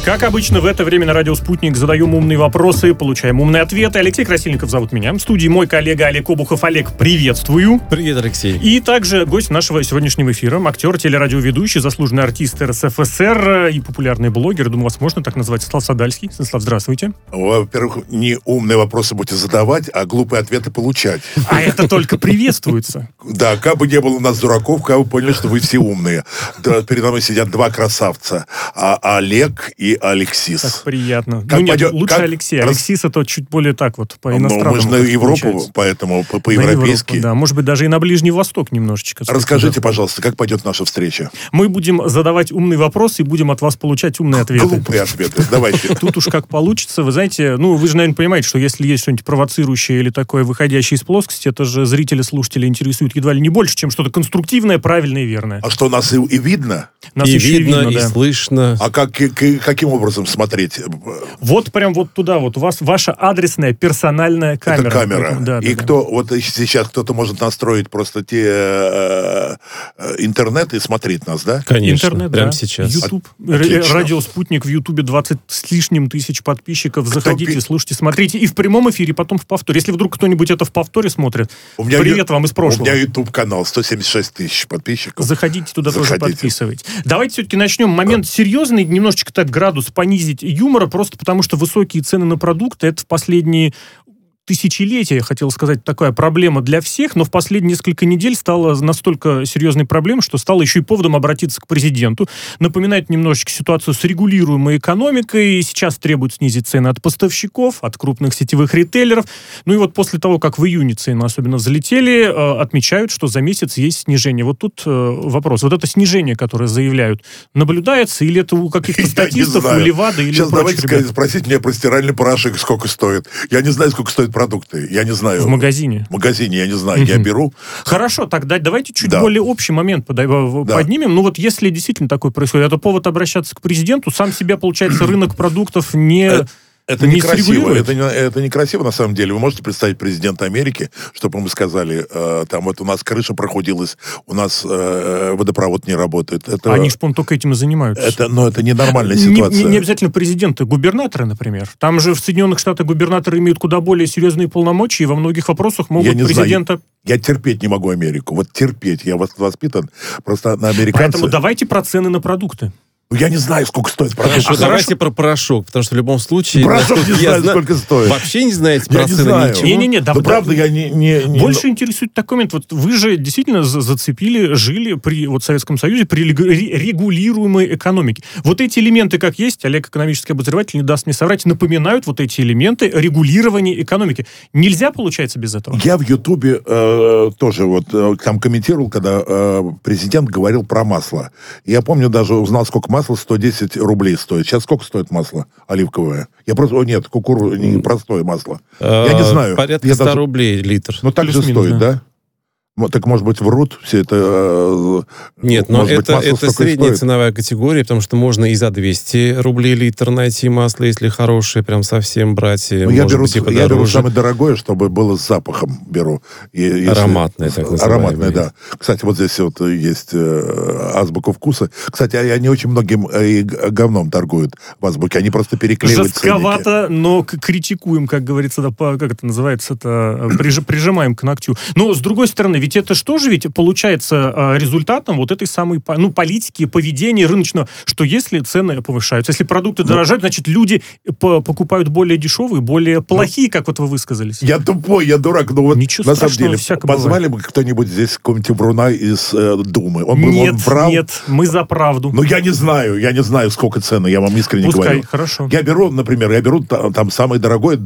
Как обычно, в это время на радио «Спутник» задаем умные вопросы, получаем умные ответы. Алексей Красильников зовут меня. В студии мой коллега Олег Обухов. Олег, приветствую. Привет, Алексей. И также гость нашего сегодняшнего эфира, актер, телерадиоведущий, заслуженный артист РСФСР и популярный блогер. Думаю, вас можно так назвать. Станислав Садальский. Станислав, здравствуйте. Во-первых, не умные вопросы будете задавать, а глупые ответы получать. А это только приветствуется. Да, как бы не было у нас дураков, как бы поняли, что вы все умные. Передо мной сидят два красавца. Олег и Алексис. Так приятно. Как нет, пойдет, лучше как Алексей. Алексис это чуть более так вот, по-иностранному. Мы же на Европу, поэтому по-европейски. Да, может быть, даже и на Ближний Восток немножечко. Расскажите, пожалуйста, как пойдет наша встреча? Мы будем задавать умные вопросы и будем от вас получать умные ответы. Глупые ответы, давайте. Тут уж как получится. Вы знаете, вы же, наверное, понимаете, что если есть что-нибудь провоцирующее или такое, выходящее из плоскости, это же зрители, слушатели интересует едва ли не больше, чем что-то конструктивное, правильное и верное. А что, нас и видно? Нас и еще видно, и да. слышно. А каким образом смотреть? Вот прям вот туда вот. У вас ваша адресная персональная камера. Это камера. Да, и кто, вот сейчас кто-то может настроить просто интернет и смотреть нас, да? Конечно, интернет, прямо да. сейчас. YouTube, Отлично. радио «Спутник» в Ютубе 20 с лишним тысяч подписчиков. Заходите, слушайте, смотрите. И в прямом эфире, потом в повторе. Если вдруг кто-нибудь это в повторе смотрит, привет вам из прошлого. У меня YouTube-канал, 176 тысяч подписчиков. Заходите туда, тоже подписывайте. Давайте все-таки начнем. Момент серьезный, немножечко так градус понизить юмора, просто потому что высокие цены на продукты, это в последние тысячелетия, я хотел сказать, такая проблема для всех, но в последние несколько недель стала настолько серьезной проблемой, что стало еще и поводом обратиться к президенту. Напоминает немножечко ситуацию с регулируемой экономикой. Сейчас требуют снизить цены от поставщиков, от крупных сетевых ритейлеров. Ну и вот после того, как в июне цены особенно взлетели, отмечают, что за месяц есть снижение. Вот тут вопрос. Вот это снижение, которое заявляют, наблюдается или это у каких-то статистов, у Левада или сейчас у прочих ребят? Давайте спросить меня про стиральный порошок, сколько стоит. Я не знаю, сколько стоит продукты. Я не знаю. В магазине? В магазине, я не знаю. Я беру. Хорошо, тогда давайте чуть более общий момент поднимем. Ну вот если действительно такое происходит, это повод обращаться к президенту. Сам себя, получается, рынок продуктов Это некрасиво. Это некрасиво, на самом деле. Вы можете представить президента Америки, чтобы ему сказали, там вот у нас крыша прохудилась, у нас водопровод не работает. Они же, по-моему, только этим и занимаются. Но это ненормальная ситуация. Не обязательно президенты, губернаторы, например. Там же в Соединенных Штатах губернаторы имеют куда более серьезные полномочия, и во многих вопросах могут президента... Я терпеть не могу Америку. Вот терпеть. Я воспитан просто на американцев. Поэтому давайте про цены на продукты. Я не знаю, сколько стоит продукт. Хорошо, давайте про порошок, потому что в любом случае... Порошок не знаю, сколько стоит. Вообще не знаете про я цены? Не знаю. Ничего? Да правда, я не... Больше интересует такой момент. Вот вы же действительно зацепили, жили при Советском Союзе при регулируемой экономике. Вот эти элементы, как есть, Олег, экономический обозреватель, не даст мне соврать, напоминают вот эти элементы регулирования экономики. Нельзя, получается, без этого? Я в Ютубе тоже вот там комментировал, когда президент говорил про масло. Я помню, даже узнал, сколько масло 110 рублей стоит. Сейчас сколько стоит масло оливковое? Я просто... Нет, не простое масло. Я не знаю. Порядка 100 рублей литр. Ну, так же стоит, да? Так, может быть, врут все это... Нет, но это средняя ценовая категория, потому что можно и за 200 рублей литр найти масло, если хорошее, прям совсем брать. Я беру самое дорогое, чтобы было с запахом. Беру. Ароматное, так называемое. Ароматное, да. Кстати, вот здесь вот есть азбука вкуса. Кстати, они очень многим говном торгуют в азбуке. Они просто переклеивают жестковато, но критикуем, как говорится, как это называется, прижимаем к ногтю. Но, с другой стороны, ведь это что же ведь получается результатом вот этой самой политики, поведения рыночного, что если цены повышаются, если продукты дорожают, значит, люди покупают более дешевые, более плохие, как вот вы высказались. Я тупой, я дурак, но вот ничего на самом деле позвали бы кто-нибудь здесь какого-нибудь Бруна из Думы. Он прав. Нет, мы за правду. Ну, я не знаю, сколько цены, я вам искренне говорю. Хорошо. Я беру, например, там самое дорогое,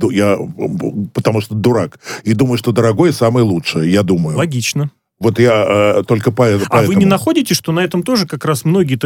потому что дурак, и думаю, что дорогое самое лучшее, я думаю. Логично. Вот я только поэтому... А вы не находите, что на этом тоже как раз многие-то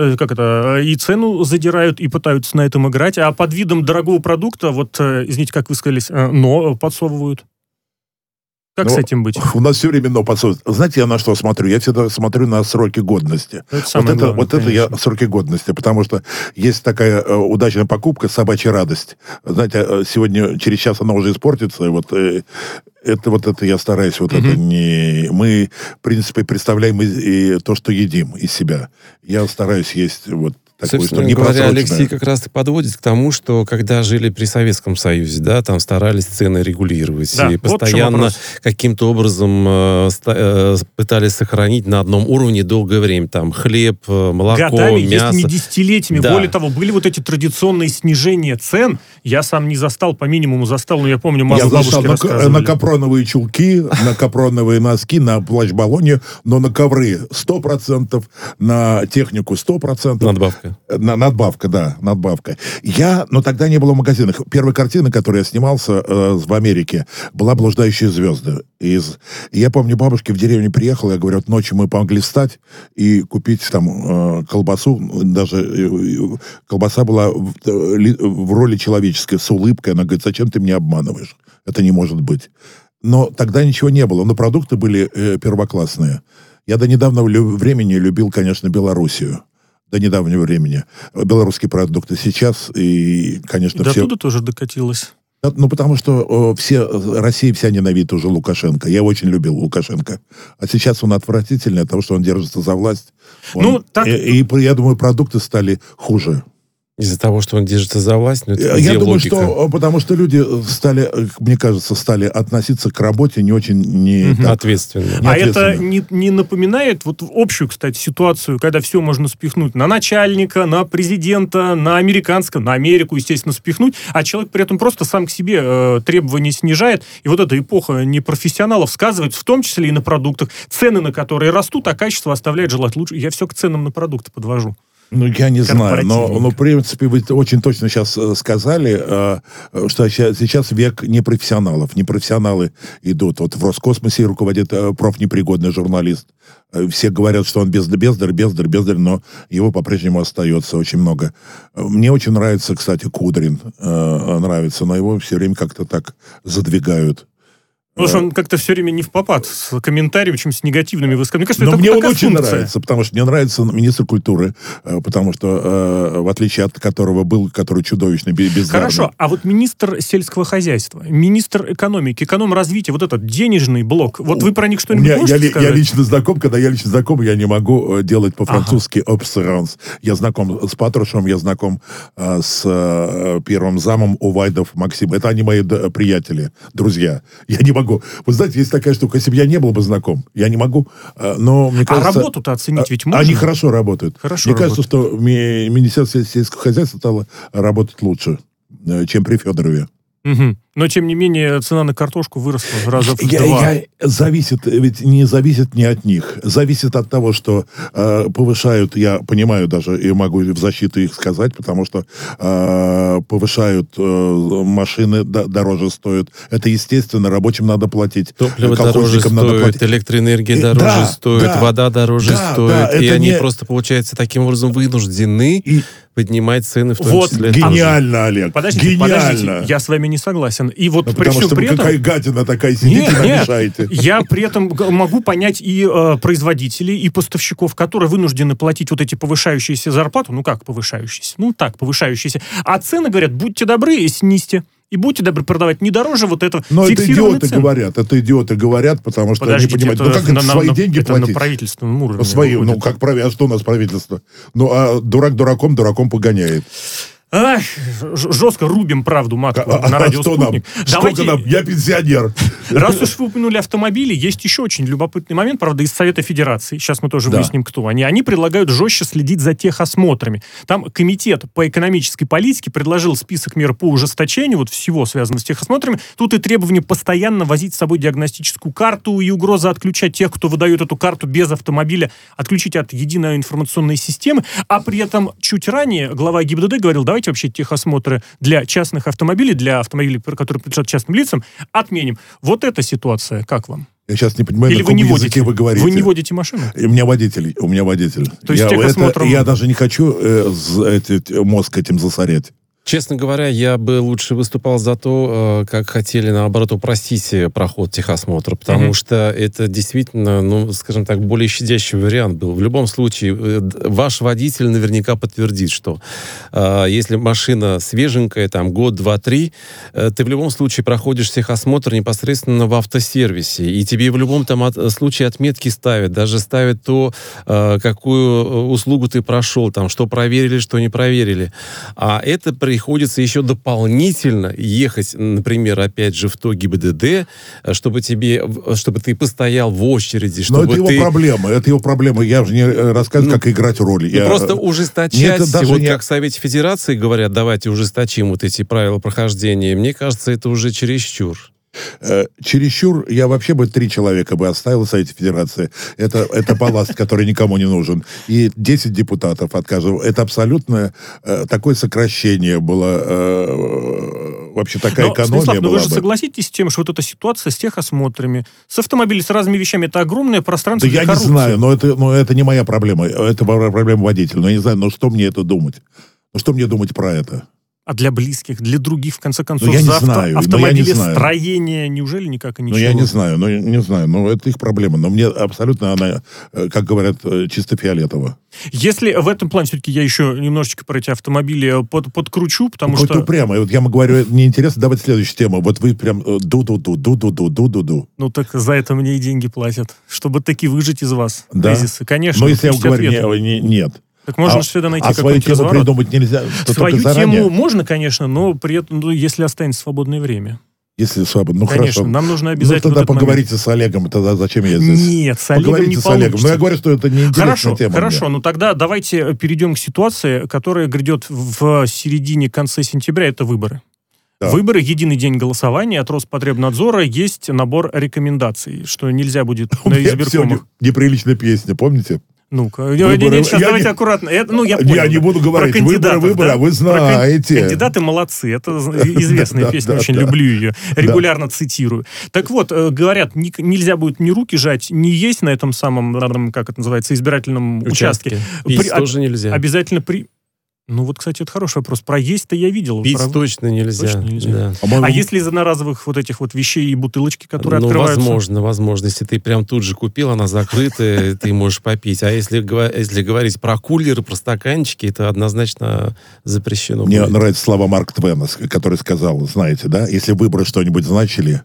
и цену задирают, и пытаются на этом играть, а под видом дорогого продукта, вот, извините, как вы сказали, но подсовывают? Как с этим быть? У нас все время подсовывают. Знаете, я на что смотрю? Я всегда смотрю на сроки годности. Это я сроки годности, потому что есть такая удачная покупка «Собачья радость». Знаете, сегодня, через час она уже испортится, и вот... Это я стараюсь, это не... Мы, в принципе, представляем и то, что едим из себя. Я стараюсь есть Собственно говоря, Алексей как раз и подводит к тому, что когда жили при Советском Союзе, да, там старались цены регулировать, да, и постоянно каким-то образом пытались сохранить на одном уровне долгое время. Там хлеб, молоко, годами, мясо. Если не десятилетиями. Да. Более того, были вот эти традиционные снижения цен. Я сам не застал, по минимуму застал, но я помню, мама с бабушкой рассказывали. На капроновые чулки, на капроновые носки, на плащ-баллоне, но на ковры 100%, на технику 100%. Надбавка. Надбавка, да, надбавка. Но тогда не было в магазинах. Первая картина, которой я снимался в Америке, была «Блуждающие звезды». И я помню, бабушка в деревню приехала, я говорю, вот ночью мы помогли встать и купить там колбасу. Даже колбаса была в роли человеческой, с улыбкой. Она говорит, зачем ты меня обманываешь? Это не может быть. Но тогда ничего не было. Но продукты были первоклассные. Я до недавнего времени любил, конечно, Белоруссию. До недавнего времени. Белорусские продукты сейчас, и, конечно, до туда тоже докатилось. Ну, потому что Россия вся ненавидит уже Лукашенко. Я очень любил Лукашенко. А сейчас он отвратительный от того, что он держится за власть. И я думаю, продукты стали хуже. Из-за того, что он держится за власть? Я думаю, что потому что люди стали относиться к работе не очень ответственно. А это не напоминает вот общую, кстати, ситуацию, когда все можно спихнуть на начальника, на президента, на американского, на Америку, естественно, спихнуть, а человек при этом просто сам к себе требования снижает. И вот эта эпоха непрофессионалов сказывается в том числе и на продуктах, цены на которые растут, а качество оставляет желать лучше. Я все к ценам на продукты подвожу. Ну, я не знаю, но, в принципе, вы очень точно сейчас сказали, что сейчас век непрофессионалов. Непрофессионалы идут. Вот в Роскосмосе руководит профнепригодный журналист. Все говорят, что он бездарь, но его по-прежнему остается очень много. Мне очень нравится, кстати, Кудрин. Нравится, но его все время как-то так задвигают. Потому что он как-то все время не впопад с комментариями, чем с негативными высказываниями. Мне кажется, но это мне он очень нравится, потому что мне нравится министр культуры, потому что, в отличие от который чудовищно бездарный. Хорошо, а вот министр сельского хозяйства, министр экономики, эконом-развития, вот этот денежный блок, вот вы про них что-нибудь можете сказать? Я лично знаком, я не могу делать по-французски observance. Я знаком с Патрушем, я знаком с первым замом Увайдов Максим. Это они мои приятели, друзья. Я не могу. Вы знаете, есть такая штука, если бы я не был бы знаком, я не могу, но мне кажется... А работу-то оценить ведь можно? Они хорошо работают. Мне кажется, что Министерство сельского хозяйства стало работать лучше, чем при Федорове. Угу. Но, тем не менее, цена на картошку выросла раза в 2. Ведь не зависит не от них. Зависит от того, что повышают, я понимаю даже, и могу в защиту их сказать, потому что повышают машины, дороже стоят. Это естественно, рабочим надо платить. Топливо дороже стоит, электроэнергия дороже стоит, вода дороже стоит. И они просто, получается, таким образом вынуждены поднимать цены в том числе. Гениально, Олег. Подождите, я с вами не согласен. И вот при всем при этом... какая гадина такая сидите и намешаете. Я при этом могу понять и производителей, и поставщиков, которые вынуждены платить вот эти повышающиеся зарплаты. Ну как повышающиеся? Ну так, повышающиеся. А цены, говорят, будьте добры и снизьте. И будьте добры продавать не дороже вот этого фиксированной цены. Это идиоты говорят, потому что они понимают, как это свои деньги платить? Это на правительственном уровне. А что у нас правительство? А дурак дураком погоняет. Ах, жестко рубим правду матку на радио «Спутник». Сколько нам? Я пенсионер. Раз уж вы упомянули автомобили, есть еще очень любопытный момент, правда, из Совета Федерации. Сейчас мы тоже выясним, кто они. Они предлагают жестче следить за техосмотрами. Там комитет по экономической политике предложил список мер по ужесточению вот всего, связанного с техосмотрами. Тут и требование постоянно возить с собой диагностическую карту, и угроза отключать тех, кто выдает эту карту без автомобиля, отключить от единой информационной системы. А при этом чуть ранее глава ГИБДД говорил, давайте вообще техосмотры для частных автомобилей, для автомобилей, которые принадлежат частным лицам, отменим. Вот эта ситуация, как вам? Я сейчас не понимаю, на каком языке вы говорите. Вы не водите машину? У меня водитель. То есть техосмотром... Я даже не хочу мозг этим засорять. Честно говоря, я бы лучше выступал за то, как хотели, наоборот, упростить проход техосмотра, потому что это действительно, ну, скажем так, более щадящий вариант был. В любом случае, ваш водитель наверняка подтвердит, что если машина свеженькая, там, год, два, три, ты в любом случае проходишь техосмотр непосредственно в автосервисе, и тебе в любом там случае отметки ставят, даже ставят то, какую услугу ты прошел, там, что проверили, что не проверили. А это приходится еще дополнительно ехать, например, опять же, в то ГИБДД, чтобы ты постоял в очереди. Но это его проблема. Я же не рассказываю, как играть роли. Просто ужесточать, вот как в Совете Федерации говорят, давайте ужесточим вот эти правила прохождения, мне кажется, это уже чересчур. Чересчур, я вообще бы 3 человека бы оставил в Совете Федерации. Это балласт, который никому не нужен. И 10 депутатов откажут. Это абсолютно такое сокращение было, вообще такая экономия Станислав, была вы же согласитесь с тем, что вот эта ситуация с техосмотрами, с автомобилями, с разными вещами, это огромное пространство для коррупции. Я не знаю, но это не моя проблема. Это проблема водителя. Но я не знаю, что мне это думать? Что мне думать про это? А для близких, для других, в конце концов, автомобилестроение, неужели никак и ничего? Я не знаю, но это их проблема. Но мне абсолютно она, как говорят, чисто фиолетово. Если в этом плане, все-таки я еще немножечко про эти автомобили подкручу, потому что... Упрямо. Вот я говорю, мне интересно, давайте следующую тему. Вот вы прям ду-ду-ду. Ну так за это мне и деньги платят, чтобы таки выжать из вас тезисы. Конечно. Но если я говорю, нет. Так можно же всегда найти свою тему разворот. Придумать нельзя. Свою тему можно, конечно, но при этом, если останется свободное время. Если свободно, конечно, хорошо. нам нужно обязательно... тогда поговорите с Олегом, тогда зачем я здесь? Нет, с Олегом поговорите не с Олегом. получится. Но я говорю, что это неинтересная тема. Хорошо, ну тогда давайте перейдем к ситуации, которая грядет в середине-конце сентября, это выборы. Да. Выборы, единый день голосования, от Роспотребнадзора есть набор рекомендаций, что нельзя будет на избиркомах... Неприличная песня, помните? Ну-ка, сейчас давайте аккуратно. Я понял. Я не буду говорить. Выборы, вы знаете. Кандидаты молодцы. Это известная песня, очень люблю ее. Регулярно цитирую. Так вот, говорят, нельзя будет ни руки жать, ни есть на этом самом, как это называется, избирательном участке. Пить тоже нельзя. Обязательно Ну вот, кстати, это хороший вопрос. Про есть-то я видел. Пить точно нельзя. Точно нельзя. Да. А если из одноразовых вот этих вот вещей и бутылочки, которые открываются? Возможно. Если ты прям тут же купил, она закрытая, ты можешь попить. А если говорить про кулеры, про стаканчики, это однозначно запрещено. Мне нравятся слова Марка Твена, который сказал, знаете, да, если выборы что-нибудь значили,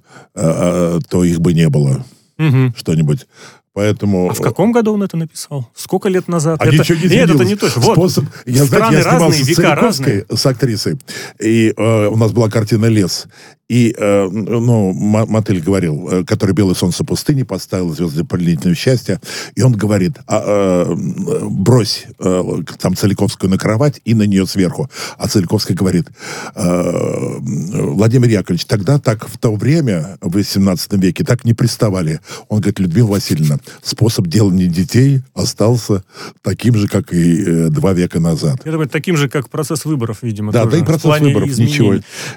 то их бы не было. Что-нибудь. Поэтому... А в каком году он это написал? Сколько лет назад? Ничего не Нет, это не точно. Вот. Страны разные, века разные. С актрисой. И у нас была картина «Лес». И, Мотель говорил, который «Белое солнце пустыни» поставил «Звезды пленительного счастья». И он говорит, брось там Целиковскую на кровать и на нее сверху. А Целиковская говорит, Владимир Яковлевич, тогда так в то время, в 18 веке, так не приставали. Он говорит, Людмила Васильевна, способ делания детей остался таким же, как и 2 века назад. Я думаю, таким же, как процесс выборов, видимо. Да, и процесс выборов, ничего.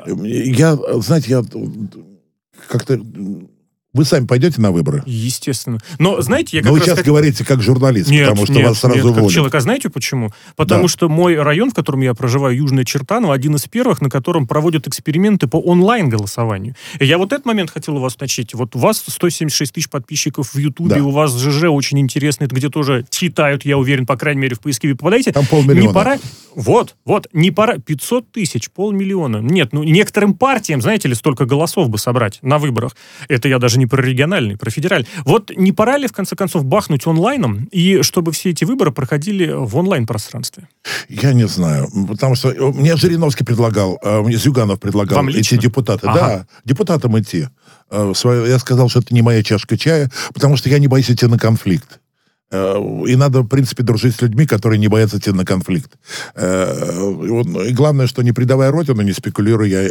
Я как-то... Вы сами пойдете на выборы? Естественно. Но, знаете, вы сейчас говорите как журналист, потому что вас сразу уволят. Как человек. А знаете почему? Потому что мой район, в котором я проживаю, Южное Чертаново, один из первых, на котором проводят эксперименты по онлайн-голосованию. И я вот этот момент хотел у вас уточнить. Вот у вас 176 тысяч подписчиков в Ютубе, у вас ЖЖ очень интересный, где тоже читают, я уверен, по крайней мере, в поиске вы попадаете. Там 500 000. Не пора... не пора... 500 тысяч, 500 000. Нет, некоторым партиям, знаете ли, столько голосов бы собрать на выборах. Это я даже не про региональный, про федеральный. Вот не пора ли, в конце концов, бахнуть онлайном, и чтобы все эти выборы проходили в онлайн-пространстве? Я не знаю, потому что мне Жириновский предлагал, мне Зюганов предлагал идти депутаты. Ага. Да, депутатам идти. Я сказал, что это не моя чашка чая, потому что я не боюсь идти на конфликт. И надо, в принципе, дружить с людьми, которые не боятся идти на конфликт. И главное, что не предавая родину, не спекулируя, я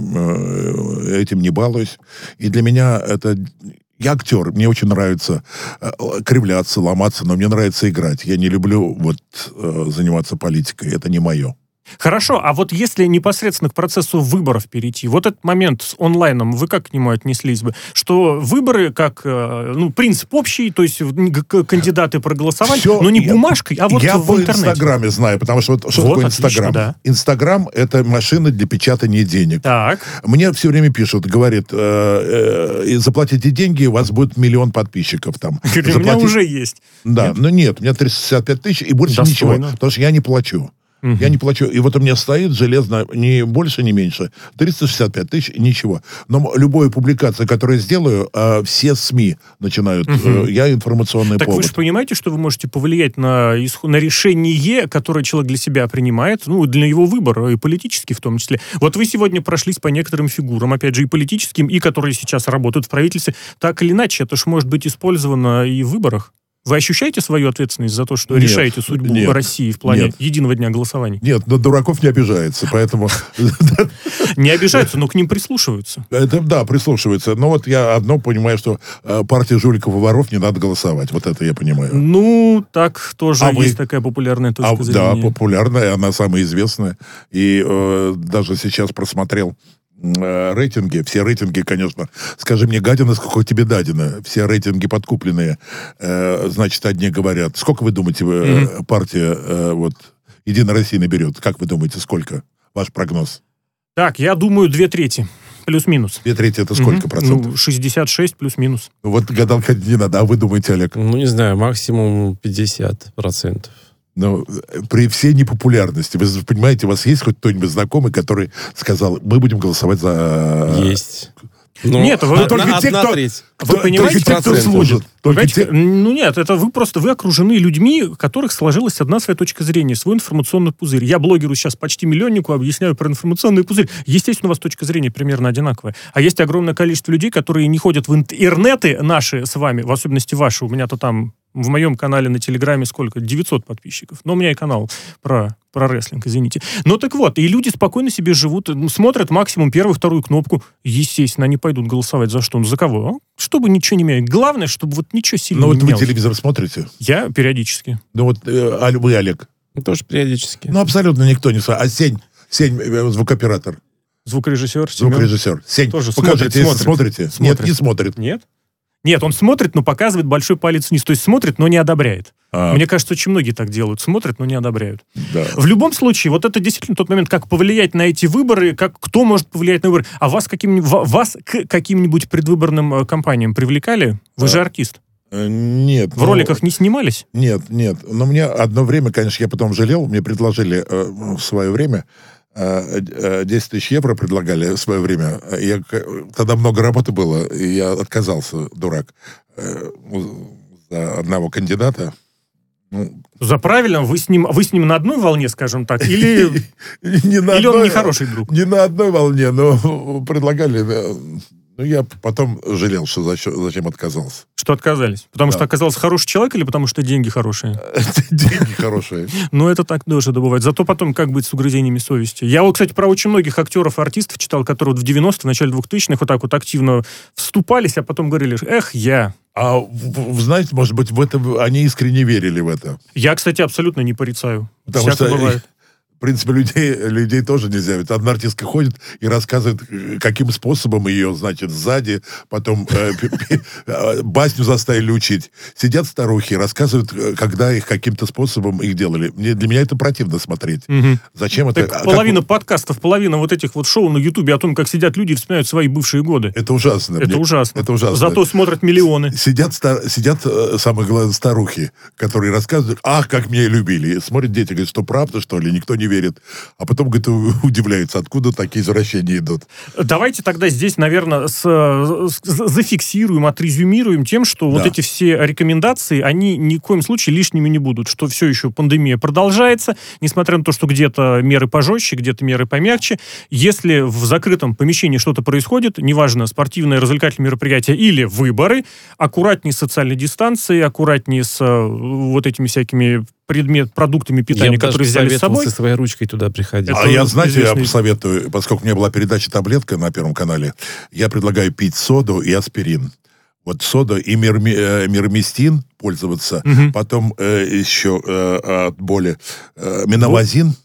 этим не балуюсь. И для меня это... Я актер, мне очень нравится кривляться, ломаться, но мне нравится играть. Я не люблю заниматься политикой, это не мое. Хорошо, а вот если непосредственно к процессу выборов перейти, вот этот момент с онлайном, вы как к нему отнеслись бы? Что выборы как, принцип общий, то есть кандидаты проголосовали, но не бумажкой, а вот я в интернете. Я по Инстаграме знаю, потому что что такое Инстаграм? Да. Инстаграм — это машина для печатания денег. Так. Мне все время пишут, говорят, заплатите деньги, у вас будет 1 000 000 подписчиков там. У меня уже есть. Да, нет? Но нет, у меня 365 тысяч и больше ничего, потому что я не плачу. Я не плачу. И вот у меня стоит железно, ни больше, ни меньше, 365 тысяч и ничего. Но любую публикацию, которую я сделаю, все СМИ начинают. Я информационный так повод. Вы же понимаете, что вы можете повлиять на решение, которое человек для себя принимает, для его выбора, и политический в том числе. Вот вы сегодня прошлись по некоторым фигурам, опять же, и политическим, и которые сейчас работают в правительстве. Так или иначе, это же может быть использовано и в выборах. Вы ощущаете свою ответственность за то, что решаете судьбу России в плане единого дня голосования? Нет, но дураков не обижается, поэтому... Не обижаются, но к ним прислушиваются. Да, прислушиваются. Но вот я одно понимаю, что партия жуликов и воров не надо голосовать. Вот это я понимаю. Так тоже есть такая популярная точка зрения. Да, популярная, она самая известная. И даже сейчас просмотрел рейтинги, все рейтинги, конечно, скажи мне, гадина, сколько тебе дадено, все рейтинги подкупленные, значит, одни говорят, сколько вы думаете, партия Единая Россия наберет, как вы думаете, сколько, ваш прогноз? Так, я думаю, 2/3, плюс-минус. 2/3 это сколько процентов? 66 плюс-минус. Вот гадалка не надо, а вы думаете, Олег? Не знаю, максимум 50%. Но при всей непопулярности, вы понимаете, у вас есть хоть кто-нибудь знакомый, который сказал, мы будем голосовать за... Есть. Нет, только те, кто... Вы понимаете, те, кто служит. Нет, это вы окружены людьми, у которых сложилась одна своя точка зрения, свой информационный пузырь. Я блогеру сейчас почти миллионнику объясняю про информационный пузырь. Естественно, у вас точка зрения примерно одинаковая. А есть огромное количество людей, которые не ходят в интернеты наши с вами, в особенности ваши. У меня-то там в моем канале на Телеграме сколько? 900 подписчиков. Но у меня и канал про рестлинг, извините. Но так вот, и люди спокойно себе живут, смотрят максимум первую, вторую кнопку. Естественно, они пойдут голосовать за что? За кого? Чтобы ничего не менять. Главное, чтобы вот ничего сильного не менялось. Вы телевизор смотрите? Я периодически. Вы, Олег? Тоже периодически. Абсолютно никто не смотрит. А Сень, звукооператор? Звукорежиссер. Звукорежиссер. Сень, тоже покажите, смотрите? Нет, не смотрит. Нет, он смотрит, но показывает большой палец вниз. То есть смотрит, но не одобряет. Мне кажется, очень многие так делают. Смотрят, но не одобряют. Да. В любом случае, вот это действительно тот момент, как повлиять на эти выборы, кто может повлиять на выборы. А вас к каким-нибудь предвыборным кампаниям привлекали? Вы же артист. Нет. В роликах не снимались? Нет. Но мне одно время, конечно, я потом жалел, мне предложили в свое время 10 тысяч евро предлагали в свое время. Тогда много работы было, и я отказался, дурак, за одного кандидата. За правильно? Вы с ним на одной волне, скажем так? Или он нехороший друг? Не на одной волне, но предлагали... я потом жалел, что зачем отказался. Что отказались? Потому что оказался хороший человек или потому что деньги хорошие? Деньги хорошие. Это так тоже бывает. Зато потом как быть с угрызениями совести? Я кстати, про очень многих актеров и артистов читал, которые в 90-х, в начале 2000-х вот так вот активно вступались, а потом говорили, я... А вы знаете, может быть, в это они искренне верили в это? Я, кстати, абсолютно не порицаю. Потому что... бывает. В принципе, людей тоже нельзя. Ведь одна артистка ходит и рассказывает, каким способом ее, сзади, потом басню заставили учить. Сидят старухи, рассказывают, когда их каким-то способом их делали. Для меня это противно смотреть. Зачем это? Половина подкастов, половина вот этих вот шоу на Ютубе о том, как сидят люди и вспоминают свои бывшие годы. Это ужасно. Это ужасно. Зато смотрят миллионы. Сидят самые главные старухи, которые рассказывают, как меня любили. Смотрят дети, говорят, что правда, что ли? Никто не верит. А потом, говорит, удивляются, откуда такие извращения идут. Давайте тогда здесь, наверное, зафиксируем, отрезюмируем тем, что вот эти все рекомендации, они ни в коем случае лишними не будут, что все еще пандемия продолжается, несмотря на то, что где-то меры пожестче, где-то меры помягче. Если в закрытом помещении что-то происходит, неважно, спортивное, развлекательное мероприятие или выборы, аккуратнее с социальной дистанцией, аккуратнее с вот этими всякими продуктами питания, которые взяли с собой. Я со своей ручкой туда приходить. Я посоветую, поскольку у меня была передача «Таблетка» на Первом канале, я предлагаю пить соду и аспирин. Вот сода и мирмистин пользоваться, потом еще от боли миновазин,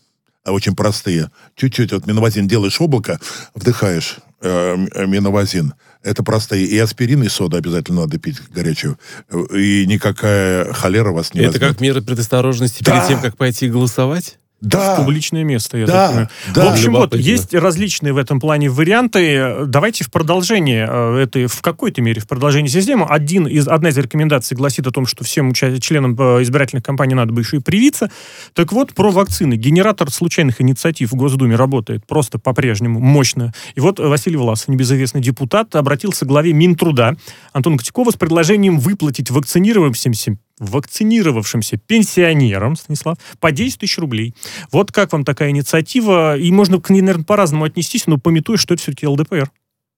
очень простые. Чуть-чуть вот миновазин делаешь облако, вдыхаешь миновазин. Это простые. И аспирин, и сода обязательно надо пить горячую. И никакая холера вас не возьмет. Это как мера предосторожности перед тем, как пойти голосовать? Да. В публичное место, я так понимаю. Да. В общем, вот, есть различные в этом плане варианты. Давайте в продолжение, в какой-то мере в продолжение системы. Одна из рекомендаций гласит о том, что всем членам избирательных кампаний надо бы еще и привиться. Так вот, про вакцины. Генератор случайных инициатив в Госдуме работает просто по-прежнему мощно. И вот Василий Власов, небезызвестный депутат, обратился к главе Минтруда Антону Котякову с предложением выплатить вакцинировавшимся пенсионерам, Станислав, по 10 тысяч рублей. Вот как вам такая инициатива? И можно к ней, наверное, по-разному отнестись, но пометуя, что это все-таки ЛДПР.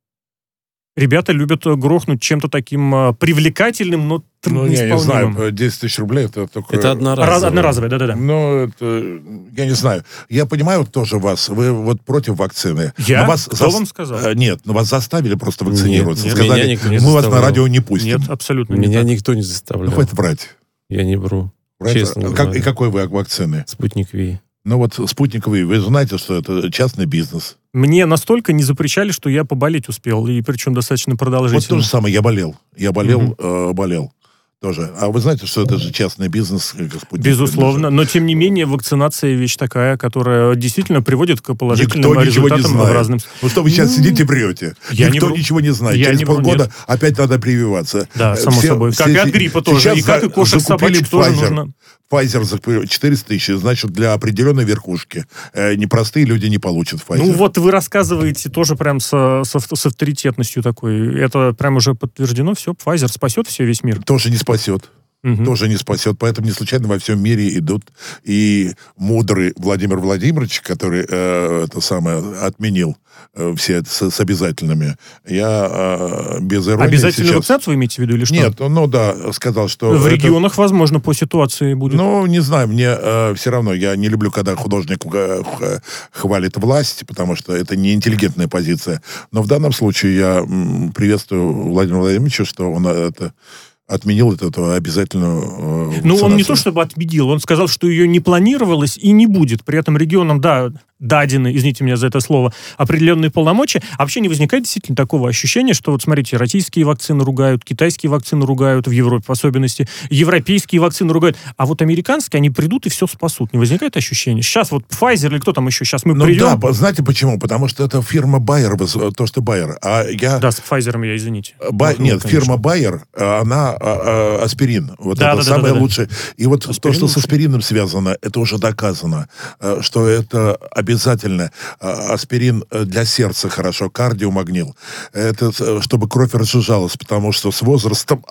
Ребята любят грохнуть чем-то таким привлекательным, но трудноисполнимым. Я не знаю, 10 тысяч рублей это только... Это одноразовое, да-да-да. Но это, я не знаю. Я понимаю тоже вас. Вы вот против вакцины. Я? Кто вам сказал? Нет, но вас заставили просто вакцинироваться. Нет, сказали, мы вас на радио не пустим. Нет, абсолютно не Меня так. никто не заставлял. Хватит врать. Я не вру. Честно И какой вы вакцины? Спутник Ви. Ну вот спутниковый, вы же знаете, что это частный бизнес. Мне настолько не запрещали, что я поболеть успел, и причем достаточно продолжительно. Вот то же самое, я болел. Болел тоже. А вы знаете, что это же частный бизнес? Безусловно, но тем не менее вакцинация вещь такая, которая действительно приводит к положительным результатам в разным... Ну что вы сейчас сидите врете? Никто ничего не знает. Через полгода опять надо прививаться. Да, само собой. Как и от гриппа тоже, и как и кошек, собачек тоже нужно. Pfizer за 400 тысяч, значит, для определенной верхушки. Непростые люди не получат Pfizer. Ну вот вы рассказываете тоже прям с авторитетностью такой. Это прям уже подтверждено, все, Pfizer спасет весь мир. Тоже не спасет. Тоже не спасет. Поэтому не случайно во всем мире идут и мудрый Владимир Владимирович, который отменил все это с обязательными. Я без иронии обязательную вакцинацию вы имеете в виду или что? Нет, сказал, что... В регионах, возможно, по ситуации будет. Не знаю, мне все равно, я не люблю, когда художник хвалит власть, потому что это не интеллигентная позиция. Но в данном случае я приветствую Владимира Владимировича, что он это... отменил эту обязательную вакцинацию. Он не то чтобы отменил, он сказал, что ее не планировалось и не будет. При этом регионам, дадены, извините меня за это слово, определенные полномочия. А вообще не возникает действительно такого ощущения, что вот смотрите, российские вакцины ругают, китайские вакцины ругают, в Европе в особенности, европейские вакцины ругают, а вот американские, они придут и все спасут. Не возникает ощущения? Сейчас вот Pfizer или кто там еще, сейчас мы придем... Да, знаете почему? Потому что это фирма Bayer, то, что Bayer. Да, с Pfizer я, извините. Нет, фирма Bayer, она аспирин. Вот это самое лучшее. И вот то, что с аспирином связано, это уже доказано, что это обязательно аспирин для сердца хорошо, кардиомагнил. Это чтобы кровь разжижалась, потому что с возрастом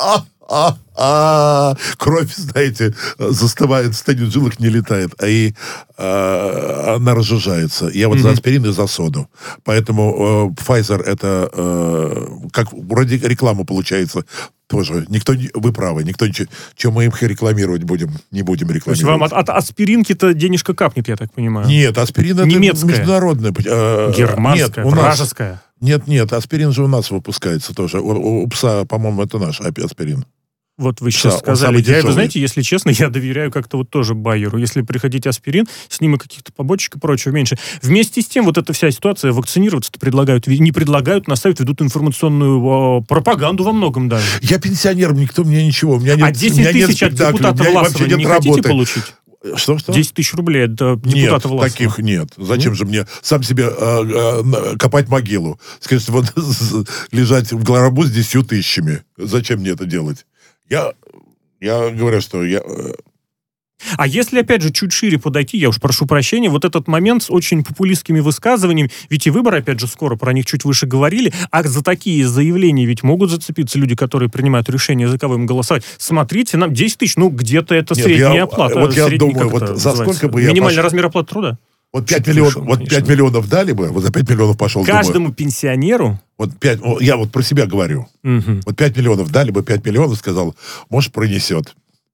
кровь, знаете, застывает, стынет в жилах, не летает, она разжижается. Я вот за аспирин и за соду. Поэтому Pfizer это как вроде реклама получается. Тоже. Вы правы, чем мы их рекламировать будем, не будем рекламировать. То есть вам от аспиринки-то денежка капнет, я так понимаю? Нет, аспирин это международная. Германская, вражеская. Нет, аспирин же у нас выпускается тоже. У ПСА, по-моему, это наш аспирин. Вот вы сейчас сказали. Вы знаете, если честно, я доверяю как-то вот тоже Байеру. Если приходить аспирин, с ним и каких-то побочек и прочего меньше. Вместе с тем, вот эта вся ситуация, вакцинироваться-то не предлагают, наставят, ведут информационную пропаганду во многом даже. Я пенсионер, никто мне ничего. У меня нет, 10 тысяч от депутата Власова не хотите получить? Что? 10 тысяч рублей от депутата Власова. Нет, таких нет. Зачем же мне сам себе копать могилу? Скажите, вот лежать в гробу с 10 тысячами. Зачем мне это делать? Я говорю, что А если, опять же, чуть шире подойти, я уж прошу прощения, вот этот момент с очень популистскими высказываниями, ведь и выборы, опять же, скоро, про них чуть выше говорили, а за такие заявления ведь могут зацепиться люди, которые принимают решение, за кого им голосовать. Смотрите, нам 10 тысяч, где-то это средняя оплата. Вот я думаю, вот за сколько бы я... Минимальный размер оплаты труда? Вот 5 миллионов дали бы, вот за 5 миллионов пошел. Каждому пенсионеру? Я вот про себя говорю. Вот 5 миллионов дали бы, 5 миллионов сказал, может, пронесет.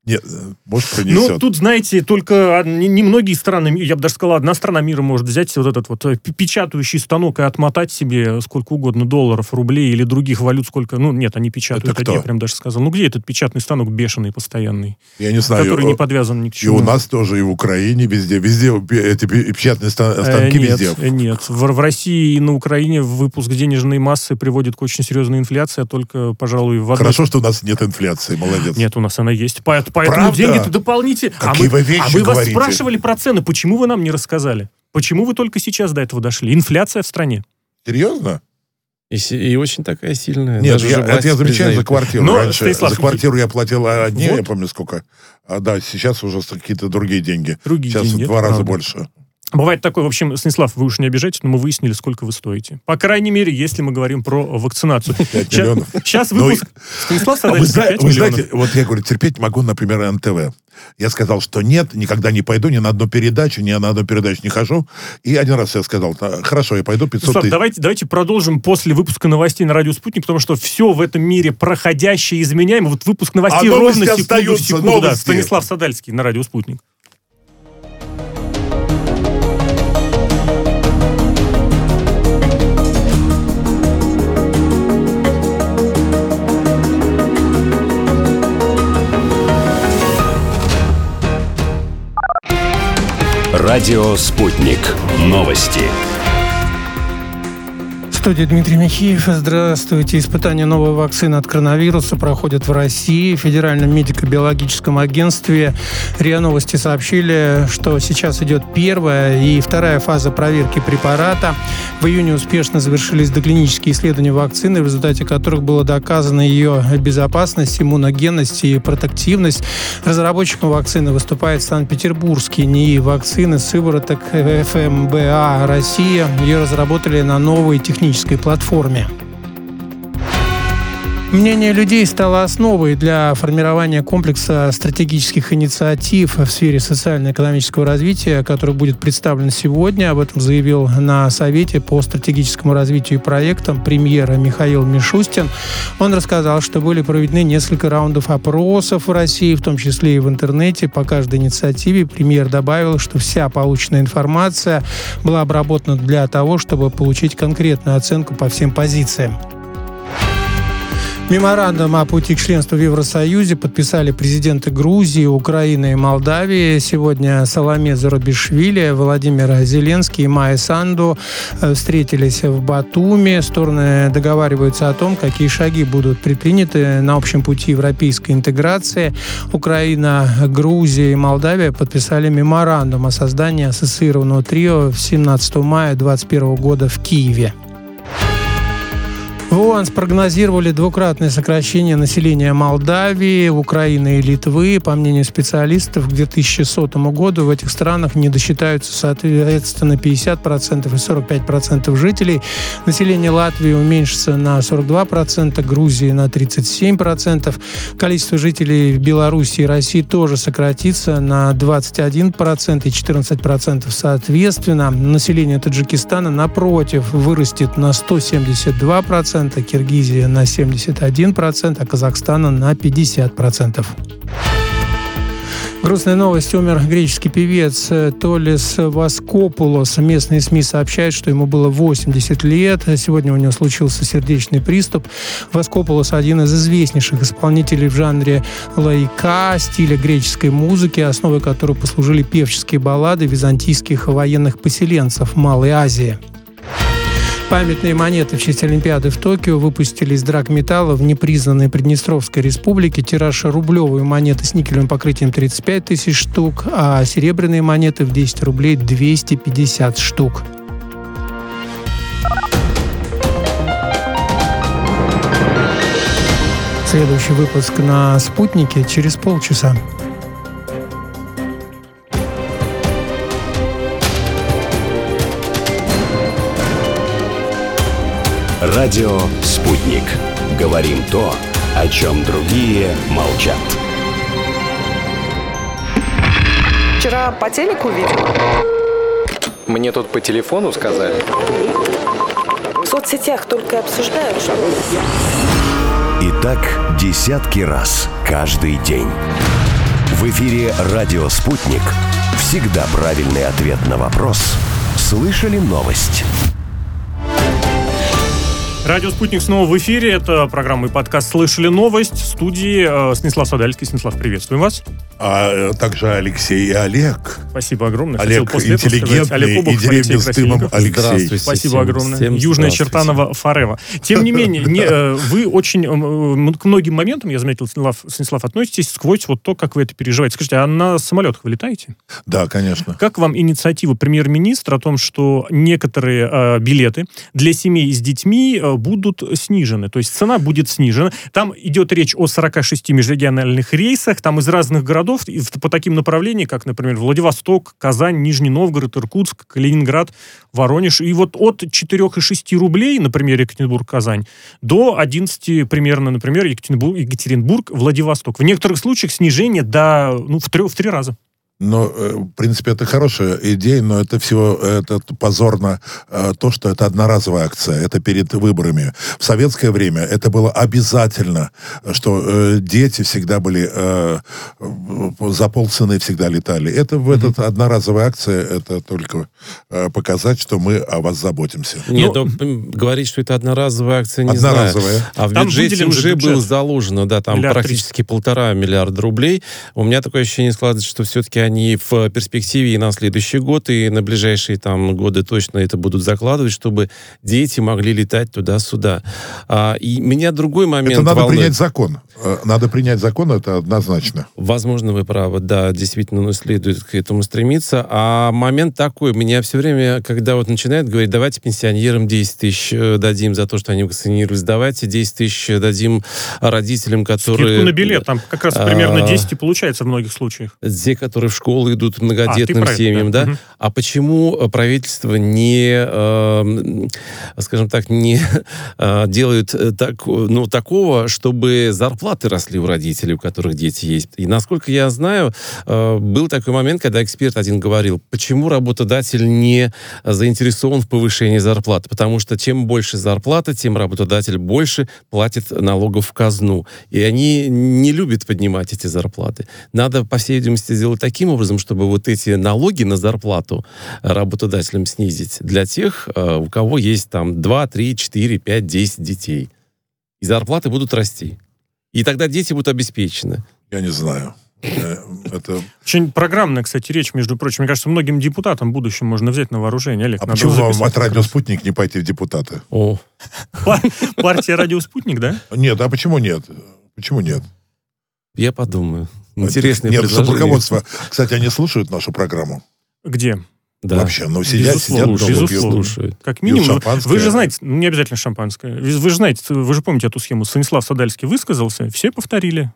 Нет, может, принесет. Ну, тут, знаете, только немногие страны, я бы даже сказал, одна страна мира может взять вот этот вот печатающий станок и отмотать себе сколько угодно долларов, рублей или других валют, сколько... Ну, нет, они печатают, это я прям даже сказал. Ну, где этот печатный станок бешеный, постоянный? Я не знаю. Который не подвязан ни к чему. И у нас тоже, и в Украине, везде эти печатные станки везде. Нет, в России и на Украине выпуск денежной массы приводит к очень серьезной инфляции, а только, пожалуй, в одной... Хорошо, что у нас нет инфляции, молодец. Нет, у нас она есть. Поэтому деньги-то дополнительные. Какие вы вещи говорите? Вас спрашивали про цены. Почему вы нам не рассказали? Почему вы только сейчас до этого дошли? Инфляция в стране. Серьезно? И очень такая сильная. Нет, это я замечаю за квартиру. Но, раньше Станислав, за квартиру я платил одни, я помню сколько. Да, сейчас уже какие-то другие деньги. Сейчас в 2 раза больше. Бывает такое, в общем, Станислав, вы уж не обижайтесь, но мы выяснили, сколько вы стоите. По крайней мере, если мы говорим про вакцинацию. 5 миллионов. Сейчас выпуск... Станислав Садальский, 5 Вы знаете, вот я говорю, терпеть могу, например, НТВ. Я сказал, что нет, никогда не пойду ни на одну передачу не хожу. И один раз я сказал, хорошо, я пойду 500 тысяч. Давайте продолжим после выпуска новостей на радио «Спутник», потому что все в этом мире проходящее изменяемо. Вот выпуск новостей ровно секунду. Да, Станислав Садальский на радио «Спутник». Радио «Спутник». Новости. В студии Дмитрий Михеев. Здравствуйте. Испытания новой вакцины от коронавируса проходят в России. В Федеральном медико-биологическом агентстве РИА Новости сообщили, что сейчас идет первая и вторая фаза проверки препарата. В июне успешно завершились доклинические исследования вакцины, в результате которых было доказано ее безопасность, иммуногенность и протективность. Разработчиком вакцины выступает Санкт-Петербургский НИИ вакцины сывороток ФМБА «Россия». Ее разработали на новой технической платформе. Мнение людей стало основой для формирования комплекса стратегических инициатив в сфере социально-экономического развития, который будет представлен сегодня. Об этом заявил на Совете по стратегическому развитию и проектам премьер Михаил Мишустин. Он рассказал, что были проведены несколько раундов опросов в России, в том числе и в интернете. По каждой инициативе премьер добавил, что вся полученная информация была обработана для того, чтобы получить конкретную оценку по всем позициям. Меморандум о пути к членству в Евросоюзе подписали президенты Грузии, Украины и Молдавии. Сегодня Саломе Зурабишвили, Владимир Зеленский и Майя Санду встретились в Батуми. Стороны договариваются о том, какие шаги будут предприняты на общем пути европейской интеграции. Украина, Грузия и Молдавия подписали меморандум о создании ассоциированного трио 17 мая 2021 года в Киеве. В ООН спрогнозировали двукратное сокращение населения Молдавии, Украины и Литвы. По мнению специалистов, к 2100 году в этих странах не досчитаются, соответственно, 50% и 45% жителей. Население Латвии уменьшится на 42%, Грузии на 37%. Количество жителей в Беларуси и России тоже сократится на 21% и 14% соответственно. Население Таджикистана, напротив, вырастет на 172%. Киргизия на 71%, а Казахстана на 50%. Грустная новость. Умер греческий певец Толис Воскопулос. Местные СМИ сообщают, что ему было 80 лет. Сегодня у него случился сердечный приступ. Воскопулос – один из известнейших исполнителей в жанре лаика, стиля греческой музыки, основой которой послужили певческие баллады византийских военных поселенцев Малой Азии. Памятные монеты в честь Олимпиады в Токио выпустили из драгметалла в непризнанной Приднестровской республике. Тираж рублевой монеты с никелевым покрытием 35 тысяч штук, а серебряные монеты в 10 рублей 250 штук. Следующий выпуск на «Спутнике» через полчаса. Радио «Спутник». Говорим то, о чем другие молчат. Вчера по телеку видел. Мне тут по телефону сказали. В соцсетях только обсуждают, что... И так десятки раз каждый день. В эфире «Радио Спутник». Всегда правильный ответ на вопрос. Слышали новость? Радио «Спутник» снова в эфире. Это программа и подкаст «Слышали новость». В студии Станислав Садальский. Станислав, приветствуем вас. А также Алексей и Олег. Спасибо огромное. Олег интеллигентный и деревня с дымом Алексей. Спасибо огромное. Южная Чертанова Форева. Тем не менее, вы очень к многим моментам, я заметил, Станислав, относитесь сквозь вот то, как вы это переживаете. Скажите, а на самолетах вы летаете? Да, конечно. Как вам инициатива премьер-министра о том, что некоторые билеты для семей с детьми будут снижены? То есть цена будет снижена. Там идет речь о 46 межрегиональных рейсах, там из разных городов, по таким направлениям, как, например, Владивосток, Казань, Нижний Новгород, Иркутск, Калининград, Воронеж. И вот от 4,6 рублей, например, Екатеринбург-Казань, до 11 примерно, например, Екатеринбург, Владивосток. В некоторых случаях снижение в 3 раза. Но, в принципе, это хорошая идея, но это позорно то, что это одноразовая акция, это перед выборами. В советское время это было обязательно, что дети всегда были за полцены всегда летали. Это одноразовая акция, это только показать, что мы о вас заботимся. Нет, говорить, что это одноразовая акция, не знаю. А в бюджете уже было заложено, да, там практически 1,5 миллиарда рублей. У меня такое ощущение складывается, что все-таки они в перспективе и на следующий год, и на ближайшие годы точно это будут закладывать, чтобы дети могли летать туда-сюда. И меня другой момент это надо принять закон. Надо принять закон, это однозначно. Возможно, вы правы, да, действительно, следует к этому стремиться. А момент такой, меня все время, когда начинают говорить, давайте пенсионерам 10 тысяч дадим за то, что они вакцинировались, давайте 10 тысяч дадим родителям, которые... Скидку на билет, там как раз примерно 10 и получается в многих случаях. Те, которые в школу идут многодетным семьям, да? Угу. А почему правительство не, скажем так, не делает такого, чтобы зарплаты росли у родителей, у которых дети есть? И насколько я знаю, был такой момент, когда эксперт один говорил, почему работодатель не заинтересован в повышении зарплаты? Потому что чем больше зарплата, тем работодатель больше платит налогов в казну. И они не любят поднимать эти зарплаты. Надо, по всей видимости, сделать таким образом, чтобы вот эти налоги на зарплату работодателям снизить для тех, у кого есть 2, 3, 4, 5, 10 детей. И зарплаты будут расти. И тогда дети будут обеспечены. Я не знаю. Это... Очень программная, кстати, речь, между прочим. Мне кажется, многим депутатам в будущем можно взять на вооружение. Олег, почему вам от «Радио Спутник» не пойти в депутаты? Партия «Радио Спутник», да? Нет, а почему нет? Почему нет? Я подумаю. Интересное предложение. Нет, руководство. Кстати, они слушают нашу программу. Где? Да. Вообще, сидят дома, слушают. Как минимум. Вы же знаете, не обязательно шампанское. Вы же знаете, вы же помните эту схему. Станислав Садальский высказался, все повторили.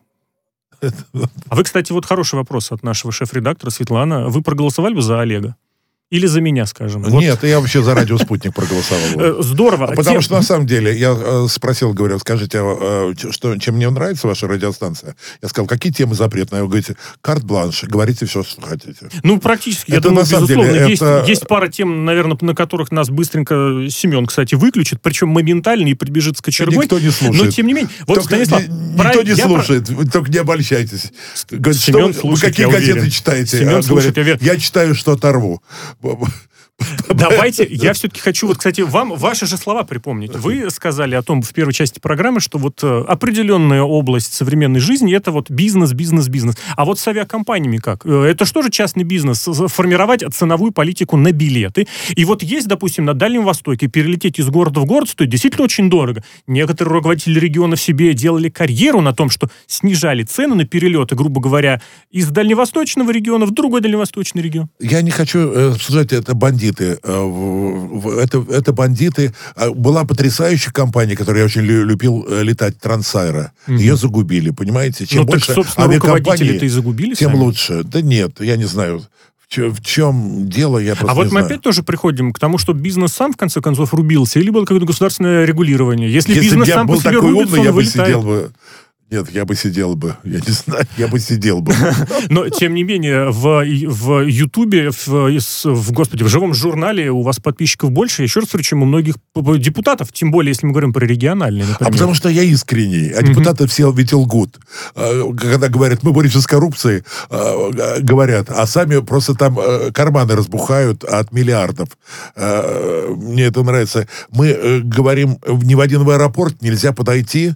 А вы, кстати, хороший вопрос от нашего шеф-редактора Светлана. Вы проголосовали бы за Олега? Или за меня, скажем? Нет, я вообще за «Радио Спутник» проголосовал. Здорово. Потому что, на самом деле, я спросил, говорю, скажите, чем мне нравится ваша радиостанция? Я сказал, какие темы запретные? Вы говорите, карт-бланш, говорите все, что хотите. Практически, я думаю, безусловно. Есть пара тем, наверное, на которых нас быстренько Семен, кстати, выключит, причем моментально и прибежит с кочергой. Никто не слушает. Но, тем не менее... Станислав, никто не слушает, вы только не обольщайтесь. Семен слушает, вы какие газеты читаете? Семен слушает, я верю. Я читаю, что оторву. Давайте, я все-таки хочу, кстати, вам ваши же слова припомнить. Вы сказали о том в первой части программы, что определенная область современной жизни — это бизнес. А с авиакомпаниями как? Это что же частный бизнес? Формировать ценовую политику на билеты. И есть, допустим, на Дальнем Востоке перелететь из города в город стоит действительно очень дорого. Некоторые руководители регионов себе делали карьеру на том, что снижали цены на перелеты, грубо говоря, из дальневосточного региона в другой дальневосточный регион. Я не хочу обсуждать это бандиты. Это бандиты. Была потрясающая компания, которую я очень любил летать, Трансайра. Ее загубили, понимаете? Чем больше авиакомпаний, загубили тем сами? Лучше. Да нет, я не знаю. В чем дело, я просто не знаю. Мы опять тоже приходим к тому, что бизнес сам, в конце концов, рубился, или было какое-то государственное регулирование. Если бизнес сам по себе рубится, он вылетает. Я бы сидел Нет, я бы сидел бы. Я не знаю, я бы сидел бы. Но, тем не менее, в Ютубе, в живом журнале у вас подписчиков больше, еще раз говорю, чем у многих депутатов, тем более, если мы говорим про региональные, например. А потому что я искренний, а депутаты все ведь лгут. Когда говорят, мы боремся с коррупцией, говорят, а сами просто там карманы разбухают от миллиардов. Мне это нравится. Мы говорим, ни в один аэропорт нельзя подойти,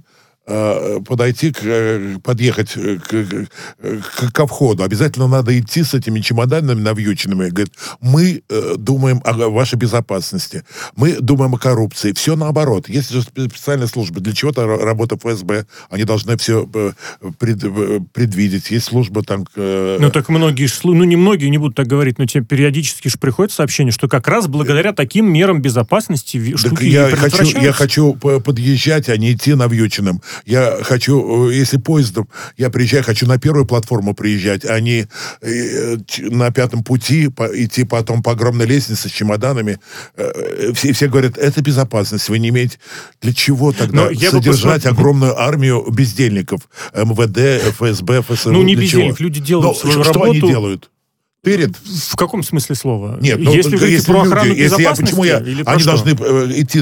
подъехать ко входу. Обязательно надо идти с этими чемоданами навьюченными. Говорит, мы думаем о вашей безопасности. Мы думаем о коррупции. Все наоборот. Есть же специальная служба. Для чего-то работа ФСБ. Они должны все предвидеть. Есть служба там... Ну, так многие, не многие, не буду так говорить, но тебе периодически же приходит сообщение, что как раз благодаря таким мерам безопасности штуки предотвращаются. Я хочу подъезжать, а не идти навьюченным. Я хочу, если поездом я приезжаю, хочу на первую платформу приезжать, а не на пятом пути идти потом по огромной лестнице с чемоданами. Все говорят, это безопасность, вы не имеете... Для чего тогда содержать огромную армию бездельников? МВД, ФСБ, ФСРУ? Ну, не бездельник, люди делают свою работу. Что они делают? Тырят? В каком смысле слова? Нет, если вы говорите про охрану безопасности, они должны идти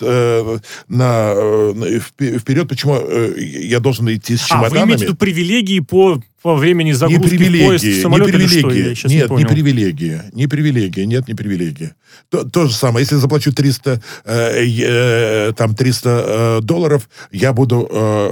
вперед, почему я должен идти с чемоданами? Вы имеете в виду привилегии по времени загрузки в поезд, в самолет или что? Я сейчас не понял. Не привилегии. То же самое, если я заплачу $300, я буду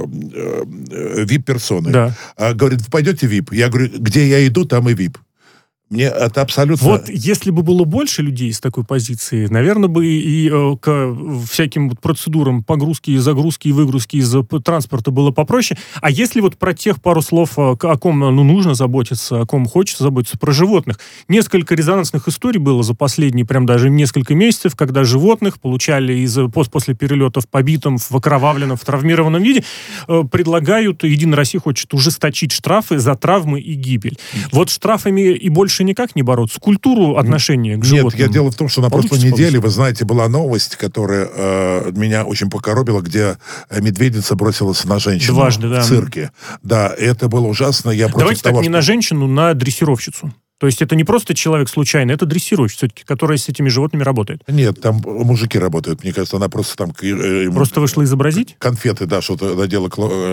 VIP-персоной. Да. Говорит, вы пойдете VIP? Я говорю, где я иду, там и VIP. Мне это абсолютно... Вот если бы было больше людей с такой позиции, наверное, бы и к всяким вот процедурам погрузки, загрузки и выгрузки из транспорта было попроще. А если вот про тех пару слов, о ком нужно заботиться, о ком хочется заботиться, про животных. Несколько резонансных историй было за последние прям даже несколько месяцев, когда животных получали после перелетов в побитом, в окровавленном, в травмированном виде. Предлагают, Единая Россия хочет ужесточить штрафы за травмы и гибель. Вот штрафами и больше никак не бороться? Культуру отношения к животным? Нет, дело в том, что на прошлой неделе, вы знаете, была новость, которая меня очень покоробила, где медведица бросилась на женщину в цирке. Да, это было ужасно. Давайте так, не на женщину, на дрессировщицу. То есть это не просто человек случайный, это дрессировщик все-таки, который с этими животными работает. Нет, там мужики работают. Мне кажется, она просто там... Просто вышла изобразить? Конфеты, да, что-то дело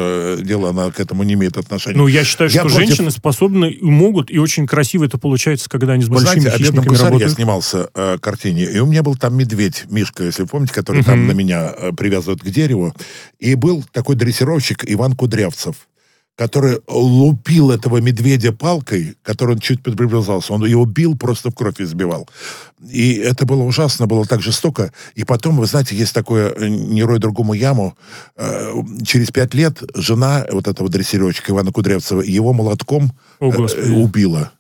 она к этому не имеет отношения. Ну, я считаю, что женщины способны и могут, и очень красиво это получается, когда они с большими хищниками работают. Я снимался в картине, и у меня был там медведь, Мишка, если вы помните, который там на меня привязывают к дереву. И был такой дрессировщик Иван Кудрявцев, который лупил этого медведя палкой, который он чуть приближался. Он его бил, просто в кровь избивал. И это было ужасно, было так жестоко. И потом, вы знаете, есть такое «не рой другому яму». Через 5 лет жена вот этого дрессировщика Ивана Кудрявцева его молотком убила.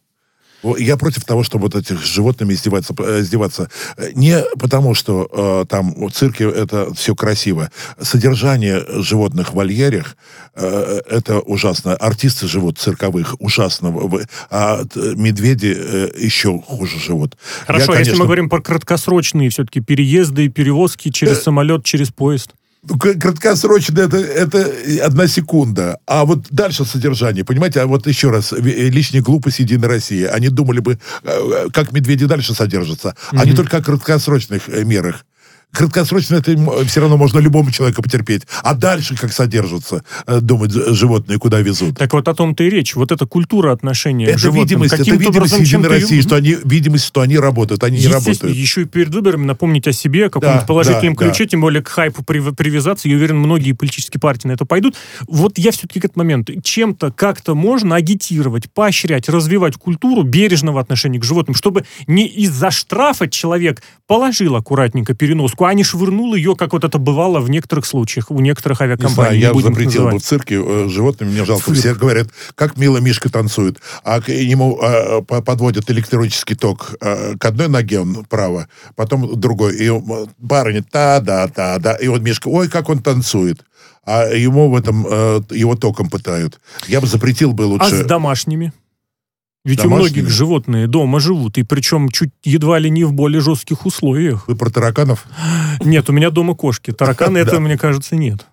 Я против того, чтобы вот этих животными издеваться. Не потому, что там в цирке это все красиво. Содержание животных в вольерах это ужасно. Артисты живут цирковых ужасно. А медведи еще хуже живут. Хорошо, если мы говорим про краткосрочные все-таки переезды и перевозки через самолет, через поезд. Краткосрочно это 1 секунда. А вот дальше содержание, понимаете? А вот еще раз, лишняя глупость Единой России. Они думали бы, как медведи дальше содержатся, а не только о краткосрочных мерах. Краткосрочно это все равно можно любому человеку потерпеть. А дальше как содержатся, думать, животные куда везут. Так вот о том-то и речь. Вот эта культура отношения к животным. Это видимость Единой России, что они работают, они не работают. Еще и перед выборами напомнить о себе, каком-то положительном ключе, тем более к хайпу привязаться. Я уверен, многие политические партии на это пойдут. Вот я все-таки к этому моменту. Чем-то как-то можно агитировать, поощрять, развивать культуру бережного отношения к животным, чтобы не из-за штрафа человек положил аккуратненько переноску, а не швырнул ее, как вот это бывало в некоторых случаях, у некоторых авиакомпаний. Не знаю, я запретил бы в цирке животным, мне жалко. Все говорят, как мило Мишка танцует. А к нему подводят электрический ток к одной ноге, он право, потом другой. И барыня та-да-та-да. И вот Мишка, ой, как он танцует. А ему в этом его током пытают. Я бы запретил бы лучше. А с домашними? Ведь у многих животные дома живут, и причем чуть едва ли не в более жестких условиях. Вы про тараканов? Нет, у меня дома кошки. Тараканы это, мне кажется, нет.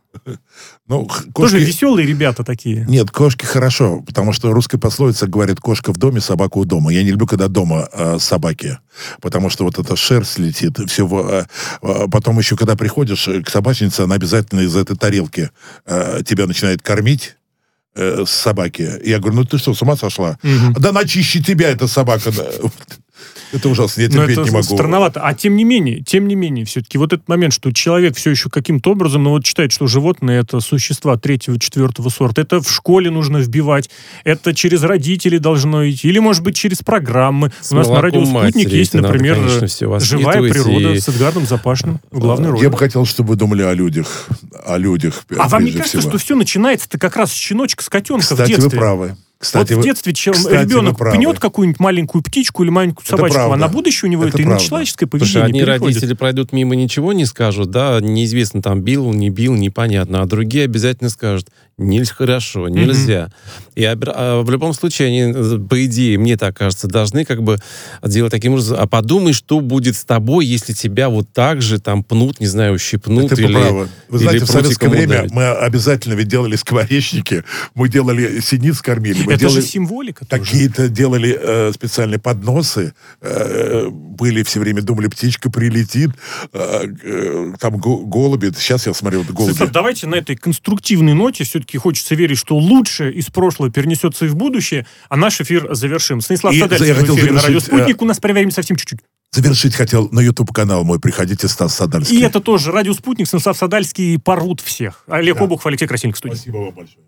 Ну, кошки... Тоже веселые ребята такие. Нет, кошки хорошо, потому что русская пословица говорит: кошка в доме, собака у дома. Я не люблю, когда дома собаки, потому что вот эта шерсть летит, все. Потом еще, когда приходишь к собачнице, она обязательно из этой тарелки тебя начинает кормить. С собаки. Я говорю: ну ты что, с ума сошла? Да начище тебя эта собака. Это ужасно, я терпеть не могу. Странновато. А тем не менее, все-таки вот этот момент, что человек все еще каким-то образом, считает, что животные — это существа 3-4 сорта, это в школе нужно вбивать, это через родителей должно идти, или, может быть, через программы. У нас на радио «Спутник» есть, например, «Живая природа» с Эдгардом Запашным в главной роли. Я бы хотел, чтобы вы думали о людях. А вам не кажется, что все начинается-то как раз с щеночка, с котенка в детстве? Кстати, вы правы. Кстати, вот в детстве ребенок пнет какую-нибудь маленькую птичку или маленькую собачку, а на будущее у него это и на человеческое поведение переходит. Одни родители пройдут мимо, ничего не скажут, да, неизвестно, там, бил, не бил, непонятно, а другие обязательно скажут: хорошо, нельзя. И в любом случае, они, по идее, мне так кажется, должны как бы делать таким образом: а подумай, что будет с тобой, если тебя вот так же там пнут, не знаю, ущипнут. Это правы. Вы знаете, в советское время мы обязательно ведь делали скворечники, мы делали синиц, кормили. Это же символика. Какие-то делали специальные подносы, были все время, думали, птичка прилетит, там голуби. Сейчас я смотрю, голуби. Станислав, давайте на этой конструктивной ноте, все-таки хочется верить, что лучшее из прошлого перенесется и в будущее, а наш эфир завершим. Станислав Садальский в эфире на радио «Спутник». У нас проверим совсем чуть-чуть. Завершить хотел на YouTube-канал мой. Приходите, Стас Садальский. И это тоже радио «Спутник», Станислав Садальский, порвут всех. Олег Обухов, Алексей Красильников в студии. Спасибо вам большое.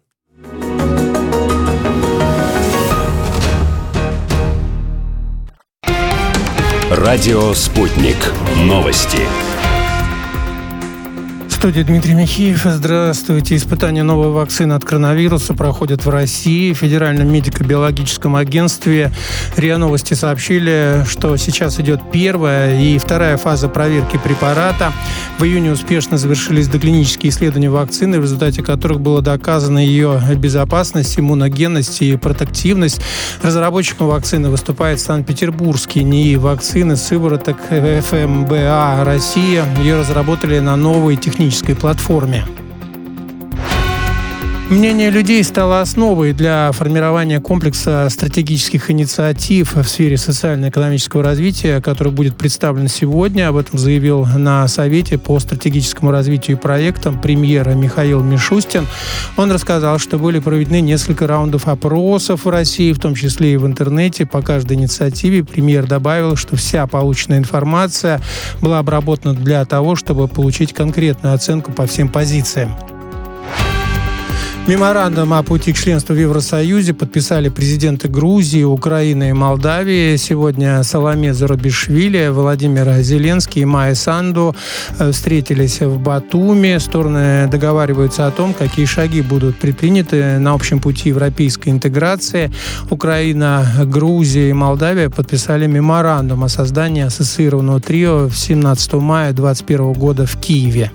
Радио «Спутник». Новости. В студии Дмитрий Михеев. Здравствуйте. Испытания новой вакцины от коронавируса проходят в России. В Федеральном медико-биологическом агентстве РИА Новости сообщили, что сейчас идет первая и вторая фаза проверки препарата. В июне успешно завершились доклинические исследования вакцины, в результате которых было доказано ее безопасность, иммуногенность и протективность. Разработчиком вакцины выступает Санкт-Петербургский НИИ вакцины сывороток ФМБА «Россия». Ее разработали на новой технической платформе. Мнение людей стало основой для формирования комплекса стратегических инициатив в сфере социально-экономического развития, который будет представлен сегодня. Об этом заявил на Совете по стратегическому развитию и проектам премьер Михаил Мишустин. Он рассказал, что были проведены несколько раундов опросов в России, в том числе и в интернете. По каждой инициативе премьер добавил, что вся полученная информация была обработана для того, чтобы получить конкретную оценку по всем позициям. Меморандум о пути к членству в Евросоюзе подписали президенты Грузии, Украины и Молдавии. Сегодня Саломе Зурабишвили, Владимир Зеленский и Майя Санду встретились в Батуми. Стороны договариваются о том, какие шаги будут предприняты на общем пути европейской интеграции. Украина, Грузия и Молдавия подписали меморандум о создании ассоциированного трио 17 мая 2021 года в Киеве.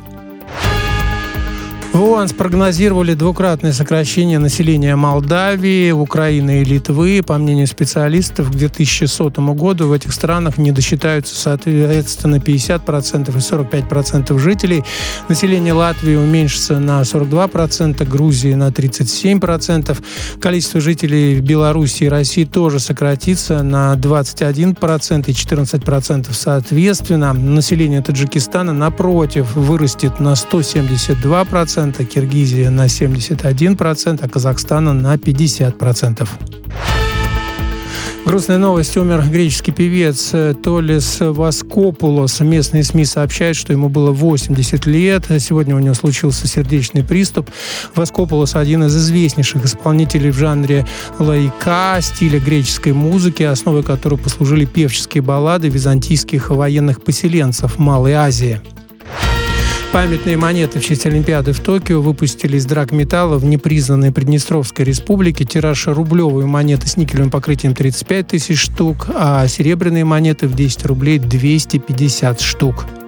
В ООН спрогнозировали двукратное сокращение населения Молдавии, Украины и Литвы. По мнению специалистов, к 2100 году в этих странах не досчитаются, соответственно, 50% и 45% жителей. Население Латвии уменьшится на 42%, Грузии на 37%. Количество жителей в Беларуси и России тоже сократится на 21% и 14% соответственно. Население Таджикистана, напротив, вырастет на 172%. Киргизия на 71%, а Казахстана на 50%. Грустная новость. Умер греческий певец Толис Воскопулос. Местные СМИ сообщают, что ему было 80 лет. Сегодня у него случился сердечный приступ. Воскопулос – один из известнейших исполнителей в жанре лаика, стиля греческой музыки, основой которой послужили певческие баллады византийских военных поселенцев Малой Азии. Памятные монеты в честь Олимпиады в Токио выпустили из драгметалла в непризнанной Приднестровской республике. Тираж рублевые монеты с никелевым покрытием 35 тысяч штук, а серебряные монеты в 10 рублей 250 штук.